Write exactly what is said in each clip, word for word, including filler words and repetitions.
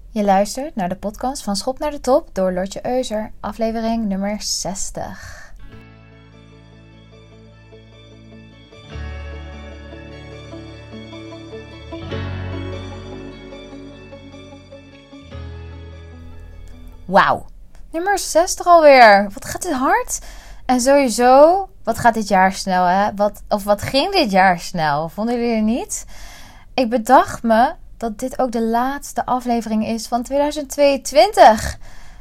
Je luistert naar de podcast van Schop naar de Top door Lotje Euser, aflevering nummer zestig. Wauw, nummer zestig alweer. Wat gaat dit hard? En sowieso, wat gaat dit jaar snel, hè? Wat, of wat ging dit jaar snel? Vonden jullie het niet? Ik bedacht me dat dit ook de laatste aflevering is van tweeduizend tweeëntwintig.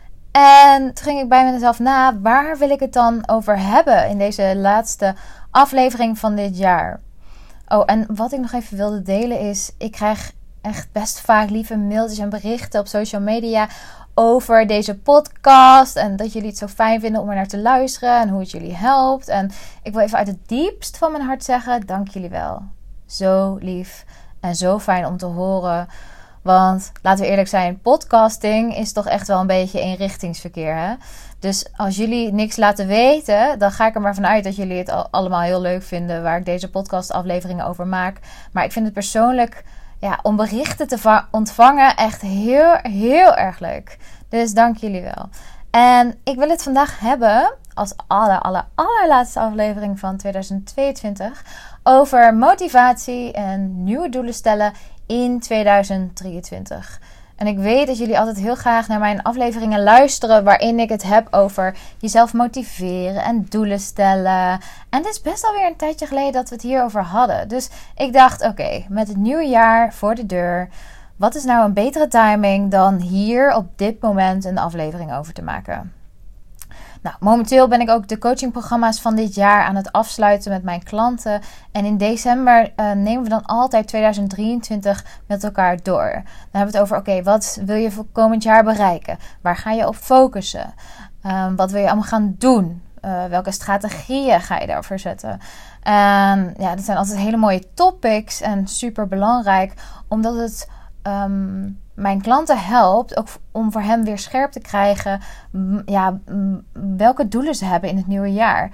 En toen ging ik bij mezelf na, waar wil ik het dan over hebben in deze laatste aflevering van dit jaar? Oh, en wat ik nog even wilde delen is, ik krijg echt best vaak lieve mailtjes en berichten op social media over deze podcast. En dat jullie het zo fijn vinden om er naar te luisteren en hoe het jullie helpt. En ik wil even uit het diepst van mijn hart zeggen, dank jullie wel. Zo lief. En zo fijn om te horen. Want laten we eerlijk zijn, podcasting is toch echt wel een beetje eenrichtingsverkeer, hè? Dus als jullie niks laten weten, dan ga ik er maar vanuit dat jullie het allemaal heel leuk vinden waar ik deze podcastafleveringen over maak. Maar ik vind het persoonlijk, ja, om berichten te va- ontvangen echt heel, heel erg leuk. Dus dank jullie wel. En ik wil het vandaag hebben, als aller, aller, allerlaatste aflevering van tweeduizend tweeëntwintig, over motivatie en nieuwe doelen stellen in tweeduizend drieëntwintig. En ik weet dat jullie altijd heel graag naar mijn afleveringen luisteren waarin ik het heb over jezelf motiveren en doelen stellen. En het is best alweer een tijdje geleden dat we het hierover hadden. Dus ik dacht, oké, okay, met het nieuwe jaar voor de deur, wat is nou een betere timing dan hier op dit moment een aflevering over te maken? Nou, momenteel ben ik ook de coachingprogramma's van dit jaar aan het afsluiten met mijn klanten. En in december uh, nemen we dan altijd tweeduizend drieëntwintig met elkaar door. Dan hebben we het over, oké, okay, wat wil je voor komend jaar bereiken? Waar ga je op focussen? Um, wat wil je allemaal gaan doen? Uh, welke strategieën ga je daarvoor zetten? En ja, dat zijn altijd hele mooie topics en super belangrijk, omdat het Um, mijn klanten helpt ook om voor hem weer scherp te krijgen m, ja, m, welke doelen ze hebben in het nieuwe jaar.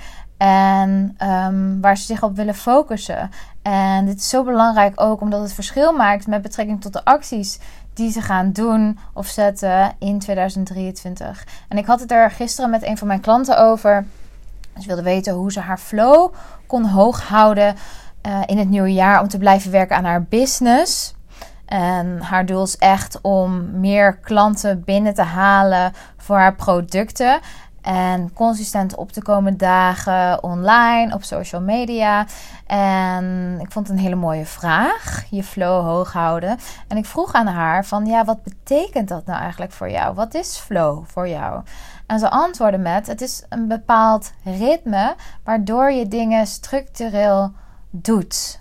En um, waar ze zich op willen focussen. En dit is zo belangrijk ook omdat het verschil maakt met betrekking tot de acties die ze gaan doen of zetten in tweeduizend drieëntwintig. En ik had het er gisteren met een van mijn klanten over. Ze wilde weten hoe ze haar flow kon hoog houden uh, in het nieuwe jaar om te blijven werken aan haar business. En haar doel is echt om meer klanten binnen te halen voor haar producten. En consistent op te komen dagen online, op social media. En ik vond het een hele mooie vraag. Je flow hoog houden. En ik vroeg aan haar van, ja, wat betekent dat nou eigenlijk voor jou? Wat is flow voor jou? En ze antwoordde met, het is een bepaald ritme waardoor je dingen structureel doet.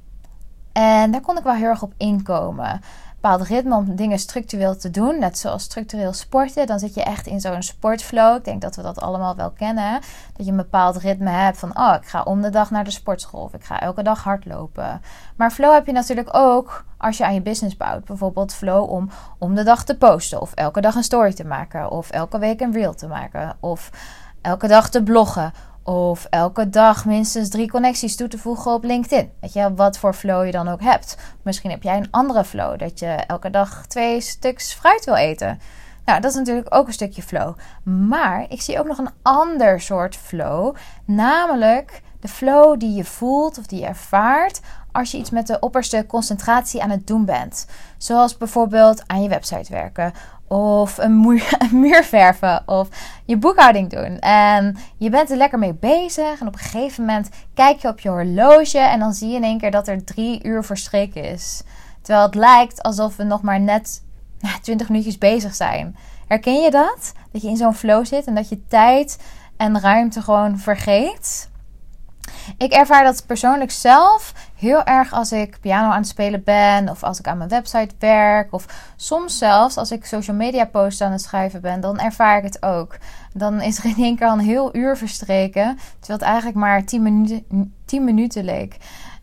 En daar kon ik wel heel erg op inkomen. Een bepaald ritme om dingen structureel te doen. Net zoals structureel sporten. Dan zit je echt in zo'n sportflow. Ik denk dat we dat allemaal wel kennen. Dat je een bepaald ritme hebt van, oh, ik ga om de dag naar de sportschool. Of ik ga elke dag hardlopen. Maar flow heb je natuurlijk ook als je aan je business bouwt. Bijvoorbeeld flow om om de dag te posten. Of elke dag een story te maken. Of elke week een reel te maken. Of elke dag te bloggen. Of elke dag minstens drie connecties toe te voegen op LinkedIn. Weet je, wat voor flow je dan ook hebt. Misschien heb jij een andere flow. Dat je elke dag twee stuks fruit wil eten. Nou, dat is natuurlijk ook een stukje flow. Maar ik zie ook nog een ander soort flow. Namelijk de flow die je voelt of die je ervaart als je iets met de opperste concentratie aan het doen bent. Zoals bijvoorbeeld aan je website werken. Of een muur, een muur verven. Of je boekhouding doen. En je bent er lekker mee bezig. En op een gegeven moment kijk je op je horloge. En dan zie je in één keer dat er drie uur verstreken is. Terwijl het lijkt alsof we nog maar net twintig minuutjes bezig zijn. Herken je dat? Dat je in zo'n flow zit. En dat je tijd en ruimte gewoon vergeet. Ik ervaar dat persoonlijk zelf heel erg als ik piano aan het spelen ben. Of als ik aan mijn website werk. Of soms zelfs als ik social media posts aan het schrijven ben. Dan ervaar ik het ook. Dan is er in één keer al een heel uur verstreken. Terwijl het eigenlijk maar tien minuten, tien minuten leek.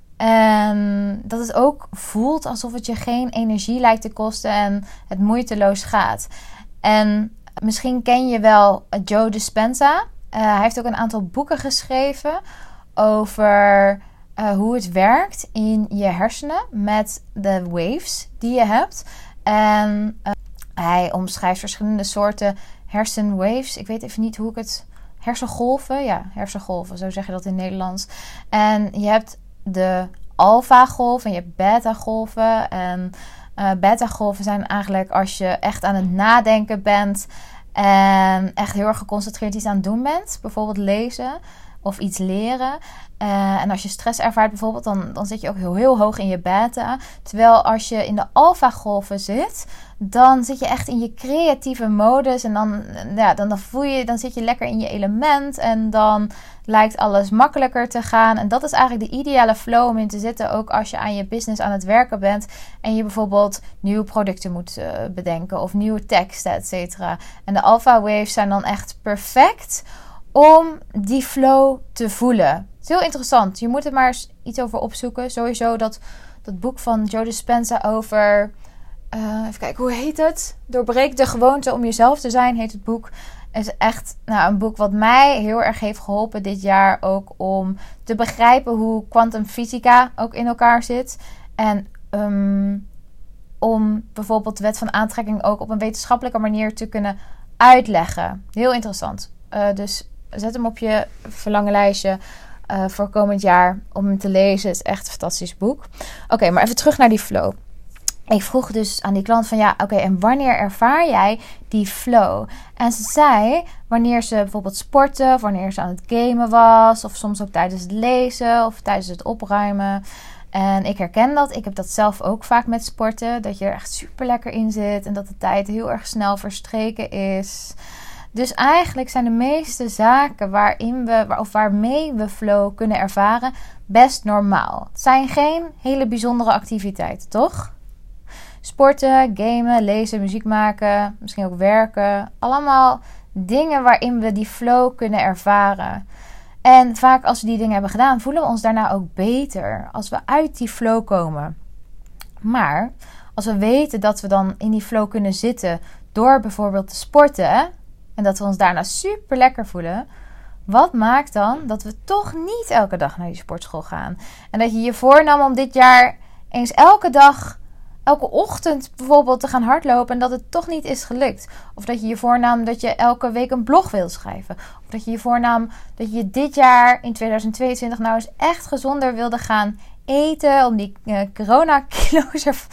En dat het ook voelt alsof het je geen energie lijkt te kosten. En het moeiteloos gaat. En misschien ken je wel Joe Dispenza. Uh, hij heeft ook een aantal boeken geschreven over uh, hoe het werkt in je hersenen met de waves die je hebt. En uh, hij hij omschrijft verschillende soorten hersenwaves. Ik weet even niet hoe ik het... Hersengolven, ja, hersengolven, zo zeg je dat in het Nederlands. En je hebt de alfa-golven en je hebt beta-golven. En uh, beta-golven zijn eigenlijk als je echt aan het nadenken bent en echt heel erg geconcentreerd iets aan het doen bent. Bijvoorbeeld lezen of iets leren. Uh, en als je stress ervaart bijvoorbeeld, dan, dan zit je ook heel, heel hoog in je beta. Terwijl als je in de alfa-golven zit, dan zit je echt in je creatieve modus. En dan, ja, dan, dan voel je, dan zit je lekker in je element. En dan lijkt alles makkelijker te gaan. En dat is eigenlijk de ideale flow om in te zitten. Ook als je aan je business aan het werken bent. En je bijvoorbeeld nieuwe producten moet uh, bedenken. Of nieuwe teksten, et cetera. En de alpha waves zijn dan echt perfect om die flow te voelen. Het is heel interessant. Je moet er maar eens iets over opzoeken. Sowieso dat, dat boek van Joe Dispenza over... Uh, even kijken, hoe heet het? Doorbreek de gewoonte om jezelf te zijn, heet het boek. Het is echt nou, een boek wat mij heel erg heeft geholpen dit jaar. Ook om te begrijpen hoe kwantumfysica ook in elkaar zit. En um, om bijvoorbeeld de wet van aantrekking ook op een wetenschappelijke manier te kunnen uitleggen. Heel interessant. Uh, dus zet hem op je verlangenlijstje uh, voor komend jaar om hem te lezen. Het is echt een fantastisch boek. Oké, okay, maar even terug naar die flow. Ik vroeg dus aan die klant van ja, oké, okay, en wanneer ervaar jij die flow? En ze zei wanneer ze bijvoorbeeld sportte, of wanneer ze aan het gamen was, of soms ook tijdens het lezen of tijdens het opruimen. En ik herken dat. Ik heb dat zelf ook vaak met sporten. Dat je er echt super lekker in zit en dat de tijd heel erg snel verstreken is. Dus eigenlijk zijn de meeste zaken waarin we, of waarmee we flow kunnen ervaren best normaal. Het zijn geen hele bijzondere activiteiten, toch? Sporten, gamen, lezen, muziek maken, misschien ook werken. Allemaal dingen waarin we die flow kunnen ervaren. En vaak als we die dingen hebben gedaan, voelen we ons daarna ook beter. Als we uit die flow komen. Maar als we weten dat we dan in die flow kunnen zitten door bijvoorbeeld te sporten. En dat we ons daarna super lekker voelen. Wat maakt dan dat we toch niet elke dag naar die sportschool gaan? En dat je je voornam om dit jaar eens elke dag... elke ochtend bijvoorbeeld te gaan hardlopen en dat het toch niet is gelukt. Of dat je je voornam dat je elke week een blog wil schrijven. Of dat je je voornam dat je dit jaar in tweeduizend tweeëntwintig nou eens echt gezonder wilde gaan eten. Om die uh, corona-kilo's er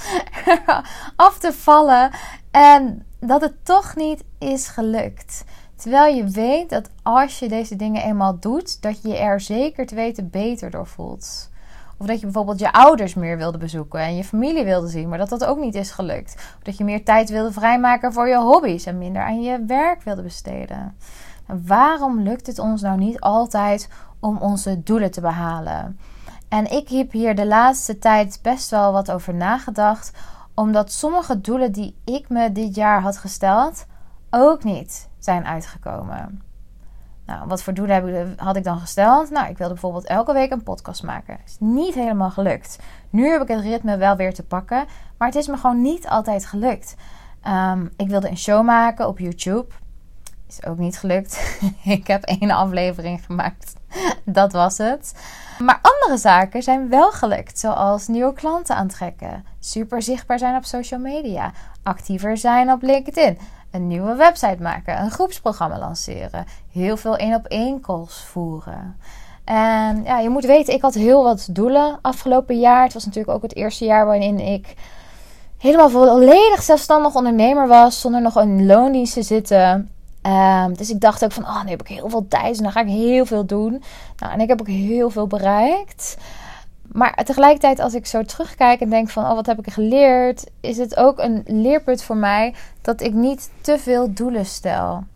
af te vallen. En dat het toch niet is gelukt. Terwijl je weet dat als je deze dingen eenmaal doet, dat je je er zeker te weten beter door voelt. Of dat je bijvoorbeeld je ouders meer wilde bezoeken en je familie wilde zien, maar dat dat ook niet is gelukt. Of dat je meer tijd wilde vrijmaken voor je hobby's en minder aan je werk wilde besteden. Nou, waarom lukt het ons nou niet altijd om onze doelen te behalen? En ik heb hier de laatste tijd best wel wat over nagedacht, omdat sommige doelen die ik me dit jaar had gesteld ook niet zijn uitgekomen. Nou, wat voor doelen heb ik, had ik dan gesteld? Nou, ik wilde bijvoorbeeld elke week een podcast maken. Is niet helemaal gelukt. Nu heb ik het ritme wel weer te pakken. Maar het is me gewoon niet altijd gelukt. Um, ik wilde een show maken op YouTube. Is ook niet gelukt. Ik heb één aflevering gemaakt. Dat was het. Maar andere zaken zijn wel gelukt. Zoals nieuwe klanten aantrekken. Super zichtbaar zijn op social media. Actiever zijn op LinkedIn. Een nieuwe website maken, een groepsprogramma lanceren, heel veel één-op-één calls voeren. En ja, je moet weten, ik had heel wat doelen afgelopen jaar. Het was natuurlijk ook het eerste jaar waarin ik helemaal volledig zelfstandig ondernemer was, zonder nog in loondienst te zitten. Um, dus ik dacht ook van, oh, nu heb ik heel veel tijd en dan ga ik heel veel doen. Nou, en ik heb ook heel veel bereikt. Maar tegelijkertijd als ik zo terugkijk en denk van, oh, wat heb ik geleerd, is het ook een leerpunt voor mij dat ik niet te veel doelen stel.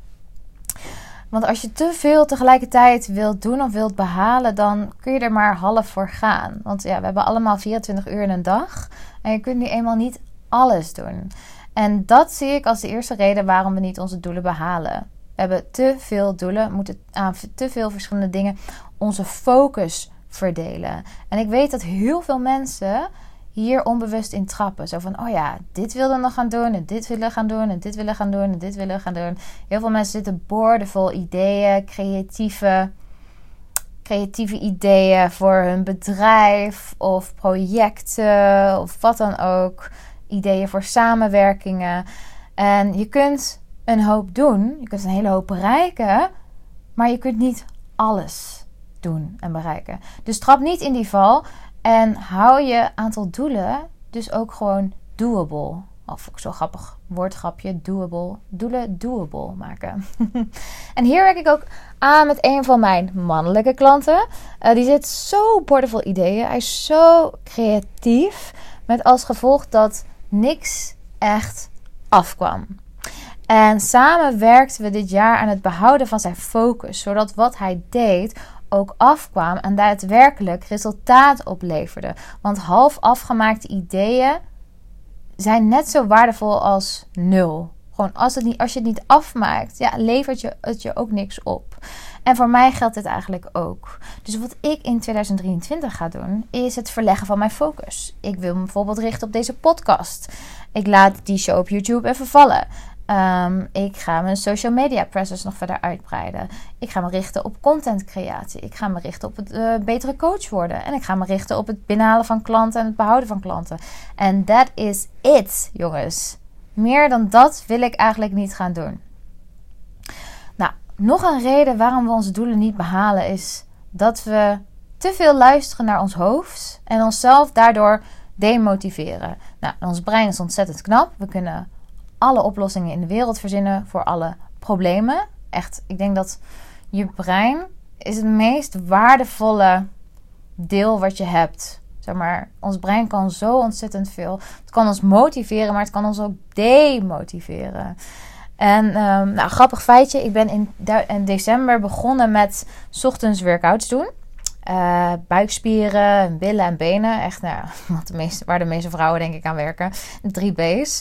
Want als je te veel tegelijkertijd wilt doen of wilt behalen, dan kun je er maar half voor gaan. Want ja, we hebben allemaal vierentwintig uur in een dag en je kunt nu eenmaal niet alles doen. En dat zie ik als de eerste reden waarom we niet onze doelen behalen. We hebben te veel doelen, moeten aan te veel verschillende dingen onze focus verdelen. En ik weet dat heel veel mensen hier onbewust in trappen. Zo van, oh ja, dit willen we gaan doen en dit willen gaan doen en dit willen gaan doen en dit willen gaan doen. Heel veel mensen zitten boordevol ideeën, creatieve, creatieve ideeën voor hun bedrijf of projecten of wat dan ook. Ideeën voor samenwerkingen. En je kunt een hoop doen. Je kunt een hele hoop bereiken. Maar je kunt niet alles doen en bereiken. Dus trap niet in die val. En hou je aantal doelen dus ook gewoon doable. Of ook zo'n grappig woordgrapje. Doable. Doelen doable maken. En hier werk ik ook aan met een van mijn mannelijke klanten. Uh, die zit zo boordevol ideeën. Hij is zo creatief. Met als gevolg dat niks echt afkwam. En samen werkten we dit jaar aan het behouden van zijn focus. Zodat wat hij deed ook afkwam en daadwerkelijk resultaat opleverde. Want half afgemaakte ideeën zijn net zo waardevol als nul. Gewoon als, het niet, als je het niet afmaakt, ja, levert je het je ook niks op. En voor mij geldt dit eigenlijk ook. Dus wat ik in tweeduizend drieëntwintig ga doen, is het verleggen van mijn focus. Ik wil me bijvoorbeeld richten op deze podcast. Ik laat die show op YouTube even vallen. Um, ik ga mijn social media presence nog verder uitbreiden. Ik ga me richten op content creatie. Ik ga me richten op het uh, betere coach worden. En ik ga me richten op het binnenhalen van klanten en het behouden van klanten. En that is it, jongens. Meer dan dat wil ik eigenlijk niet gaan doen. Nou, nog een reden waarom we onze doelen niet behalen is dat we te veel luisteren naar ons hoofd en onszelf daardoor demotiveren. Nou, ons brein is ontzettend knap. We kunnen alle oplossingen in de wereld verzinnen voor alle problemen. Echt, ik denk dat je brein is het meest waardevolle deel wat je hebt. Zeg maar, ons brein kan zo ontzettend veel. Het kan ons motiveren, maar het kan ons ook demotiveren. En um, nou, grappig feitje. Ik ben in, du- in december begonnen met 's ochtends workouts doen. Uh, buikspieren, billen en benen. Echt, nou, wat de meeste, waar de meeste vrouwen denk ik aan werken. De drie B's.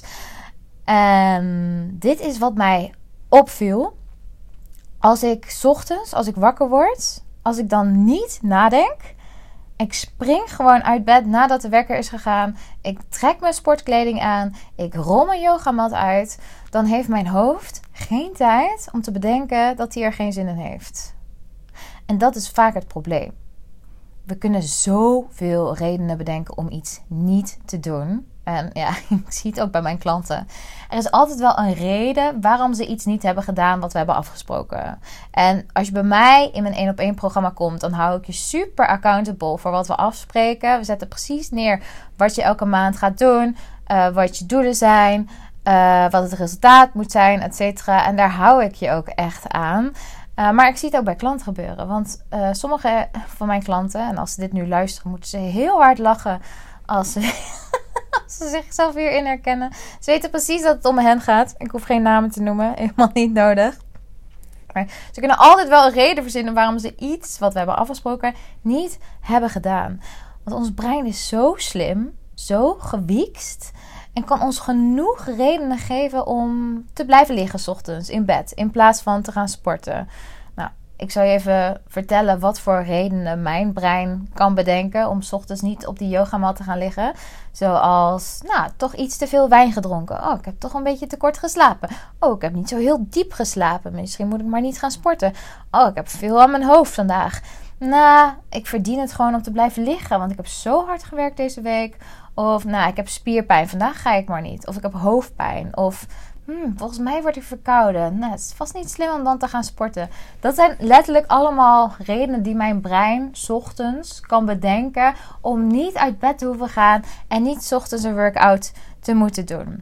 En dit is wat mij opviel. Als ik 's ochtends, als ik wakker word, als ik dan niet nadenk. Ik spring gewoon uit bed nadat de wekker is gegaan. Ik trek mijn sportkleding aan. Ik rol mijn yogamat uit. Dan heeft mijn hoofd geen tijd om te bedenken dat hij er geen zin in heeft. En dat is vaak het probleem. We kunnen zoveel redenen bedenken om iets niet te doen. En ja, ik zie het ook bij mijn klanten. Er is altijd wel een reden waarom ze iets niet hebben gedaan wat we hebben afgesproken. En als je bij mij in mijn één op één programma komt, dan hou ik je super accountable voor wat we afspreken. We zetten precies neer wat je elke maand gaat doen, uh, wat je doelen zijn, uh, wat het resultaat moet zijn, et cetera. En daar hou ik je ook echt aan. Uh, maar ik zie het ook bij klanten gebeuren. Want uh, sommige van mijn klanten, en als ze dit nu luisteren, moeten ze heel hard lachen als ze, als ze zichzelf hierin herkennen. Ze weten precies dat het om hen gaat. Ik hoef geen namen te noemen, helemaal niet nodig. Maar ze kunnen altijd wel een reden verzinnen waarom ze iets wat we hebben afgesproken niet hebben gedaan. Want ons brein is zo slim, zo gewiekst en kan ons genoeg redenen geven om te blijven liggen 's ochtends in bed in plaats van te gaan sporten. Nou, ik zal je even vertellen wat voor redenen mijn brein kan bedenken om 's ochtends niet op die yogamat te gaan liggen. Zoals, nou, toch iets te veel wijn gedronken. Oh, ik heb toch een beetje te kort geslapen. Oh, ik heb niet zo heel diep geslapen. Misschien moet ik maar niet gaan sporten. Oh, ik heb veel aan mijn hoofd vandaag. Nou, ik verdien het gewoon om te blijven liggen, want ik heb zo hard gewerkt deze week. Of, nou, ik heb spierpijn, vandaag ga ik maar niet. Of ik heb hoofdpijn. Of, hmm, volgens mij word ik verkouden. Nou, het is vast niet slim om dan te gaan sporten. Dat zijn letterlijk allemaal redenen die mijn brein 's ochtends kan bedenken om niet uit bed te hoeven gaan en niet 's ochtends een workout te moeten doen.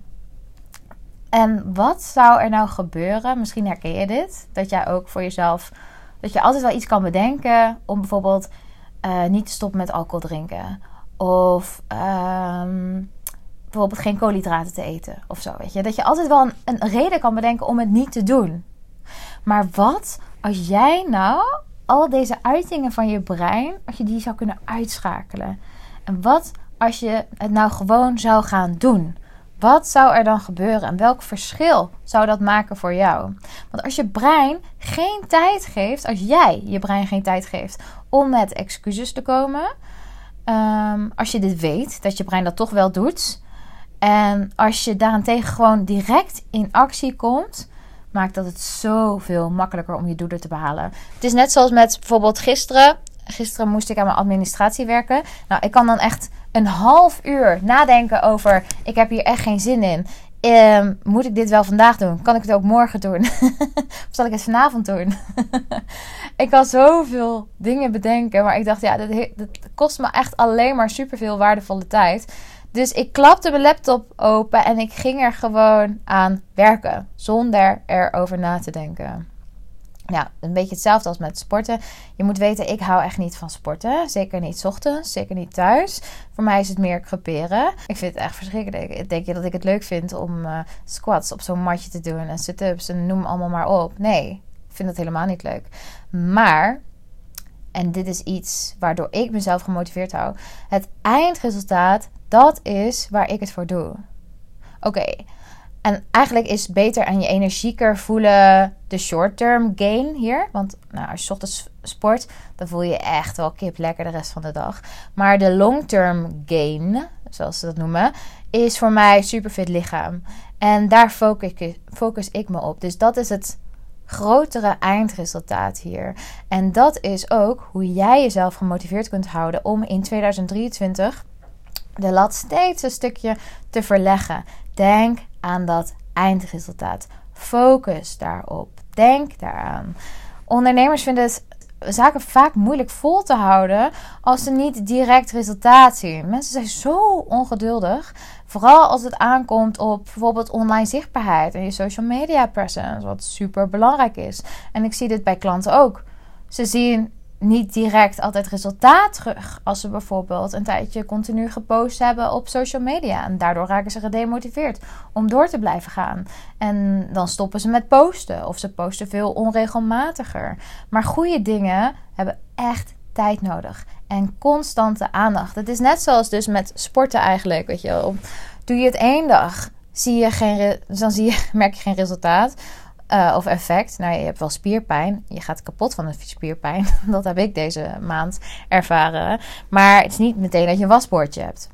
En wat zou er nou gebeuren? Misschien herken je dit. Dat jij ook voor jezelf, dat je altijd wel iets kan bedenken om bijvoorbeeld uh, niet te stoppen met alcohol drinken. Of um, bijvoorbeeld geen koolhydraten te eten. Of zo, weet je. Dat je altijd wel een, een reden kan bedenken om het niet te doen. Maar wat als jij nou al deze uitingen van je brein, als je die zou kunnen uitschakelen? En wat als je het nou gewoon zou gaan doen? Wat zou er dan gebeuren? En welk verschil zou dat maken voor jou? Want als je brein geen tijd geeft, als jij je brein geen tijd geeft om met excuses te komen, Um, als je dit weet, dat je brein dat toch wel doet, en als je daarentegen gewoon direct in actie komt, maakt dat het zoveel makkelijker om je doelen te behalen. Het is net zoals met bijvoorbeeld gisteren. Gisteren moest ik aan mijn administratie werken. Nou, ik kan dan echt een half uur nadenken over, ik heb hier echt geen zin in. Um, moet ik dit wel vandaag doen? Kan ik het ook morgen doen? Of zal ik het vanavond doen? Ik kan zoveel dingen bedenken. Maar ik dacht, ja, dat, dat kost me echt alleen maar superveel waardevolle tijd. Dus ik klapte mijn laptop open en ik ging er gewoon aan werken. Zonder erover na te denken. Nou, een beetje hetzelfde als met sporten. Je moet weten, ik hou echt niet van sporten. Zeker niet 's ochtends, zeker niet thuis. Voor mij is het meer creperen. Ik vind het echt verschrikkelijk. Denk je dat ik het leuk vind om uh, squats op zo'n matje te doen en sit-ups en noem allemaal maar op? Nee, ik vind dat helemaal niet leuk. Maar, en dit is iets waardoor ik mezelf gemotiveerd hou. Het eindresultaat, dat is waar ik het voor doe. Oké. Okay. En eigenlijk is beter aan je energieker voelen de short-term gain hier. Want nou, als je 's ochtends sport, dan voel je echt wel kip lekker de rest van de dag. Maar de long-term gain, zoals ze dat noemen, is voor mij superfit lichaam. En daar focus ik, focus ik me op. Dus dat is het grotere eindresultaat hier. En dat is ook hoe jij jezelf gemotiveerd kunt houden om in tweeduizend drieëntwintig de lat steeds een stukje te verleggen. Denk aan dat eindresultaat. Focus daarop. Denk daaraan. Ondernemers vinden het zaken vaak moeilijk vol te houden als ze niet direct resultaat zien. Mensen zijn zo ongeduldig. Vooral als het aankomt op bijvoorbeeld online zichtbaarheid en je social media presence, wat super belangrijk is. En ik zie dit bij klanten ook. Ze zien niet direct altijd resultaat terug als ze bijvoorbeeld een tijdje continu gepost hebben op social media. En daardoor raken ze gedemotiveerd om door te blijven gaan. En dan stoppen ze met posten of ze posten veel onregelmatiger. Maar goede dingen hebben echt tijd nodig en constante aandacht. Het is net zoals dus met sporten eigenlijk, weet je wel. Doe je het één dag, zie je geen, dan zie je, merk je geen resultaat. Uh, of effect. Nou, je hebt wel spierpijn. Je gaat kapot van de spierpijn. Dat heb ik deze maand ervaren. Maar het is niet meteen dat je een waspoortje hebt.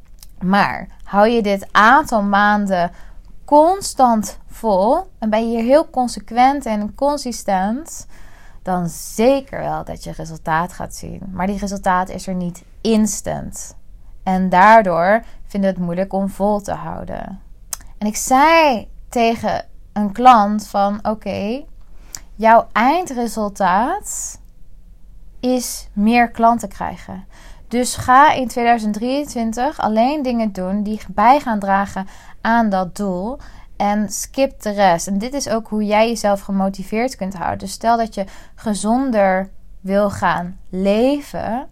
Maar hou je dit aantal maanden constant vol en ben je hier heel consequent en consistent, dan zeker wel dat je resultaat gaat zien. Maar die resultaat is er niet instant. En daardoor vinden we het moeilijk om vol te houden. En ik zei tegen een klant van oké, okay, jouw eindresultaat is meer klanten krijgen. Dus ga in tweeduizend drieëntwintig alleen dingen doen die bij gaan dragen aan dat doel. En skip de rest. En dit is ook hoe jij jezelf gemotiveerd kunt houden. Dus stel dat je gezonder wil gaan leven,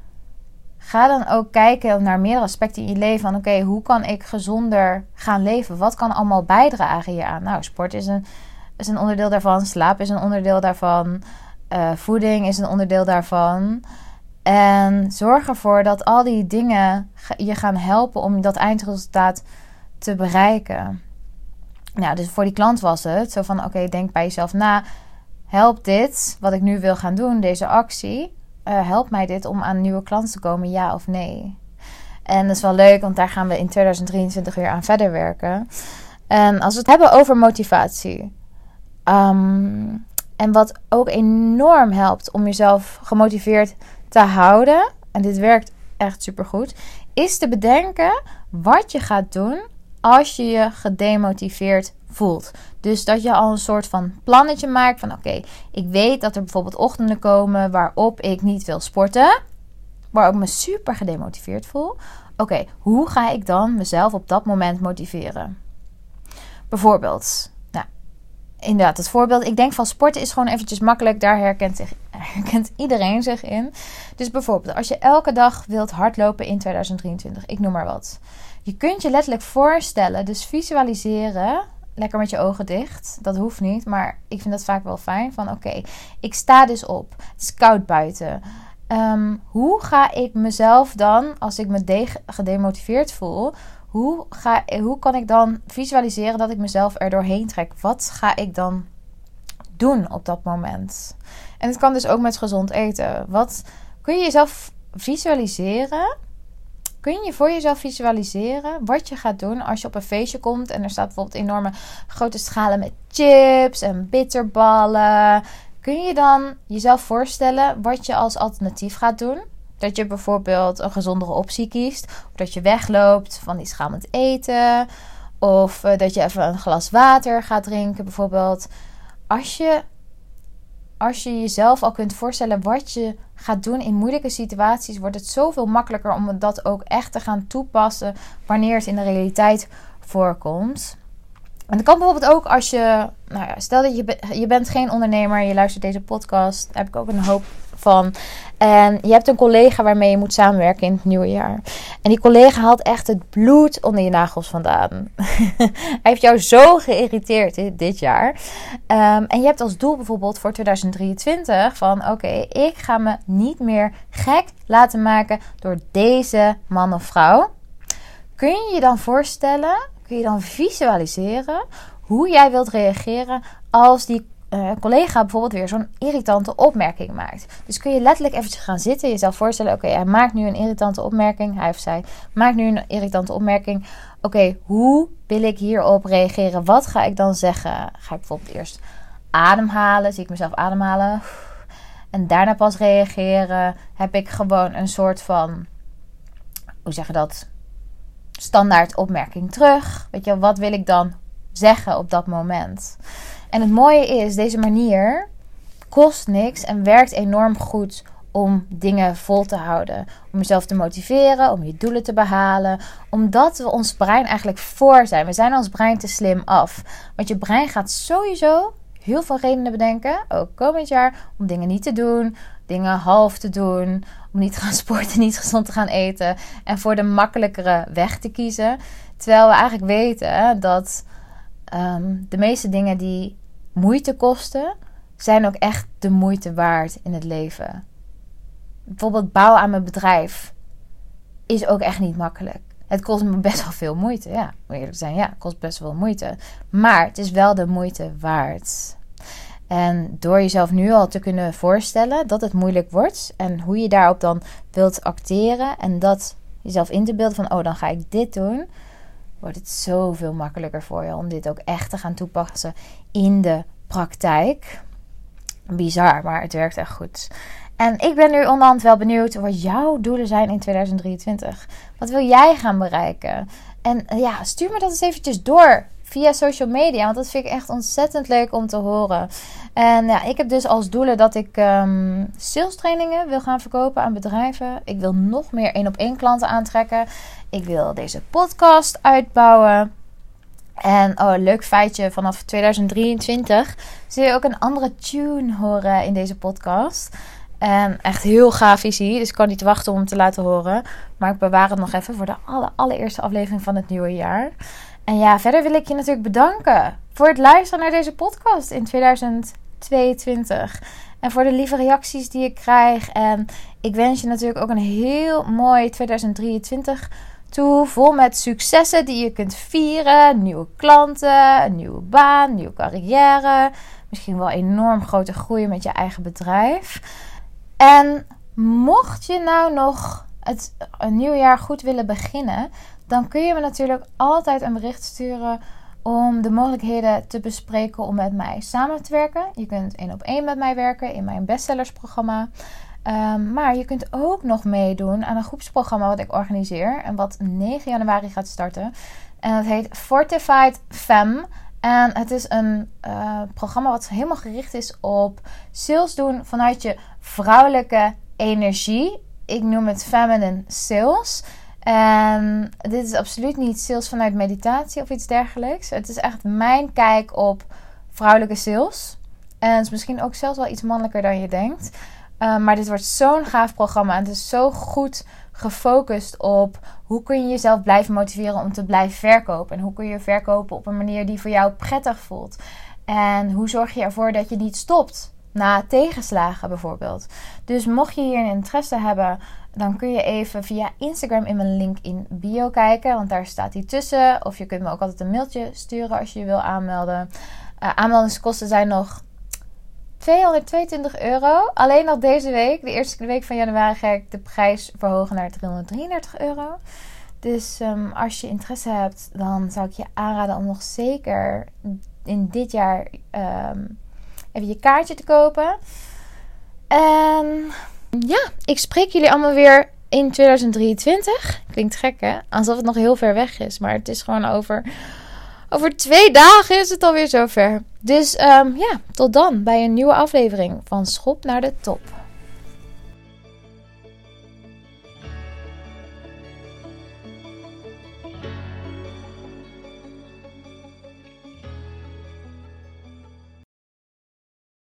ga dan ook kijken naar meerdere aspecten in je leven. Van oké, okay, hoe kan ik gezonder gaan leven? Wat kan allemaal bijdragen hieraan? Nou, sport is een, is een onderdeel daarvan. Slaap is een onderdeel daarvan. Uh, voeding is een onderdeel daarvan. En zorg ervoor dat al die dingen je gaan helpen om dat eindresultaat te bereiken. Nou, dus voor die klant was het zo van oké, okay, denk bij jezelf na. Helpt dit, wat ik nu wil gaan doen, deze actie, uh, helpt mij dit om aan nieuwe klanten te komen, ja of nee? En dat is wel leuk, want daar gaan we in tweeduizend drieëntwintig weer aan verder werken. En als we het hebben over motivatie. Um, en wat ook enorm helpt om jezelf gemotiveerd te houden, en dit werkt echt supergoed, is te bedenken wat je gaat doen als je je gedemotiveerd voelt. Dus dat je al een soort van plannetje maakt van oké, okay, ik weet dat er bijvoorbeeld ochtenden komen waarop ik niet wil sporten, waarop ik me super gedemotiveerd voel. Oké, okay, hoe ga ik dan mezelf op dat moment motiveren? Bijvoorbeeld, nou, inderdaad, het voorbeeld, ik denk van sporten is gewoon eventjes makkelijk, daar herkent, zich, herkent iedereen zich in. Dus bijvoorbeeld, als je elke dag wilt hardlopen in tweeduizend drieëntwintig, ik noem maar wat. Je kunt je letterlijk voorstellen, dus visualiseren, lekker met je ogen dicht. Dat hoeft niet, maar ik vind dat vaak wel fijn. Van oké, okay, ik sta dus op. Het is koud buiten. Um, hoe ga ik mezelf dan, als ik me de- gedemotiveerd voel, hoe, ga, hoe kan ik dan visualiseren dat ik mezelf er doorheen trek? Wat ga ik dan doen op dat moment? En het kan dus ook met gezond eten. Wat kun je jezelf visualiseren? Kun je voor jezelf visualiseren wat je gaat doen als je op een feestje komt en er staat bijvoorbeeld enorme grote schalen met chips en bitterballen? Kun je dan jezelf voorstellen wat je als alternatief gaat doen? Dat je bijvoorbeeld een gezondere optie kiest, of dat je wegloopt van die schaal met eten, Of uh, dat je even een glas water gaat drinken bijvoorbeeld. Als je, als je jezelf al kunt voorstellen wat je gaat doen in moeilijke situaties, wordt het zoveel makkelijker om dat ook echt te gaan toepassen wanneer het in de realiteit voorkomt. En dat kan bijvoorbeeld ook als je, nou ja, stel dat je, be- je bent geen ondernemer, je luistert deze podcast, daar heb ik ook een hoop van. En je hebt een collega waarmee je moet samenwerken in het nieuwe jaar. En die collega haalt echt het bloed onder je nagels vandaan. Hij heeft jou zo geïrriteerd dit, dit jaar. Um, en je hebt als doel bijvoorbeeld voor tweeduizend drieëntwintig van oké, okay, ik ga me niet meer gek laten maken door deze man of vrouw. Kun je je dan voorstellen, kun je dan visualiseren hoe jij wilt reageren als die uh, collega bijvoorbeeld weer zo'n irritante opmerking maakt. Dus kun je letterlijk eventjes gaan zitten, jezelf voorstellen, oké, okay, hij maakt nu een irritante opmerking, hij of zij maakt nu een irritante opmerking. Oké, okay, hoe wil ik hierop reageren? Wat ga ik dan zeggen? Ga ik bijvoorbeeld eerst ademhalen, zie ik mezelf ademhalen en daarna pas reageren? Heb ik gewoon een soort van, hoe zeg je dat, standaard opmerking terug? Weet je, wat wil ik dan zeggen op dat moment? En het mooie is, deze manier kost niks en werkt enorm goed om dingen vol te houden. Om jezelf te motiveren, om je doelen te behalen. Omdat we ons brein eigenlijk voor zijn. We zijn ons brein te slim af. Want je brein gaat sowieso heel veel redenen bedenken, ook komend jaar, om dingen niet te doen, dingen half te doen, om niet te gaan sporten, niet gezond te gaan eten en voor de makkelijkere weg te kiezen. Terwijl we eigenlijk weten dat um, de meeste dingen die moeite kosten, zijn ook echt de moeite waard in het leven. Bijvoorbeeld bouwen aan mijn bedrijf is ook echt niet makkelijk. Het kost me best wel veel moeite. Ja, moet eerlijk zijn, ja, het kost best wel moeite. Maar het is wel de moeite waard. En door jezelf nu al te kunnen voorstellen dat het moeilijk wordt en hoe je daarop dan wilt acteren en dat jezelf in te beelden van, oh, dan ga ik dit doen, wordt het zoveel makkelijker voor je om dit ook echt te gaan toepassen in de praktijk. Bizar, maar het werkt echt goed. En ik ben nu onderhand wel benieuwd wat jouw doelen zijn in tweeduizend drieëntwintig. Wat wil jij gaan bereiken? En ja, stuur me dat eens eventjes door via social media, want dat vind ik echt ontzettend leuk om te horen. En ja, ik heb dus als doelen dat ik um, sales trainingen wil gaan verkopen aan bedrijven. Ik wil nog meer één op één klanten aantrekken. Ik wil deze podcast uitbouwen. En oh, leuk feitje, vanaf tweeduizend drieëntwintig zul je ook een andere tune horen in deze podcast. En echt heel gaaf visie, dus ik kan niet wachten om hem te laten horen. Maar ik bewaar het nog even voor de aller, allereerste aflevering van het nieuwe jaar. En ja, verder wil ik je natuurlijk bedanken voor het luisteren naar deze podcast in tweeduizend tweeëntwintig. En voor de lieve reacties die ik krijg. En ik wens je natuurlijk ook een heel mooi tweeduizend drieëntwintig toe. Vol met successen die je kunt vieren. Nieuwe klanten, een nieuwe baan, nieuwe carrière. Misschien wel enorm grote groei met je eigen bedrijf. En mocht je nou nog het een nieuw jaar goed willen beginnen, dan kun je me natuurlijk altijd een bericht sturen om de mogelijkheden te bespreken om met mij samen te werken. Je kunt één op één met mij werken in mijn bestsellersprogramma. Um, maar je kunt ook nog meedoen aan een groepsprogramma wat ik organiseer en wat negen januari gaat starten. En dat heet Fortified Femme. En het is een uh, programma wat helemaal gericht is op sales doen vanuit je vrouwelijke energie. Ik noem het feminine sales. En dit is absoluut niet sales vanuit meditatie of iets dergelijks. Het is echt mijn kijk op vrouwelijke sales. En het is misschien ook zelfs wel iets mannelijker dan je denkt. Uh, maar dit wordt zo'n gaaf programma. En het is zo goed gefocust op hoe kun je jezelf blijven motiveren om te blijven verkopen. En hoe kun je verkopen op een manier die voor jou prettig voelt. En hoe zorg je ervoor dat je niet stopt na tegenslagen bijvoorbeeld. Dus mocht je hier een interesse hebben, dan kun je even via Instagram in mijn link in bio kijken. Want daar staat die tussen. Of je kunt me ook altijd een mailtje sturen als je je wil aanmelden. Uh, aanmeldingskosten zijn nog tweehonderdtweeëntwintig euro. Alleen nog deze week, de eerste week van januari, ga ik de prijs verhogen naar driehonderddrieëndertig euro. Dus um, als je interesse hebt, dan zou ik je aanraden om nog zeker in dit jaar um, even je kaartje te kopen. En ja, ik spreek jullie allemaal weer in tweeduizend drieëntwintig. Klinkt gek, hè? Alsof het nog heel ver weg is. Maar het is gewoon over Over twee dagen is het alweer zover. Dus um, ja, tot dan bij een nieuwe aflevering van Schop naar de Top.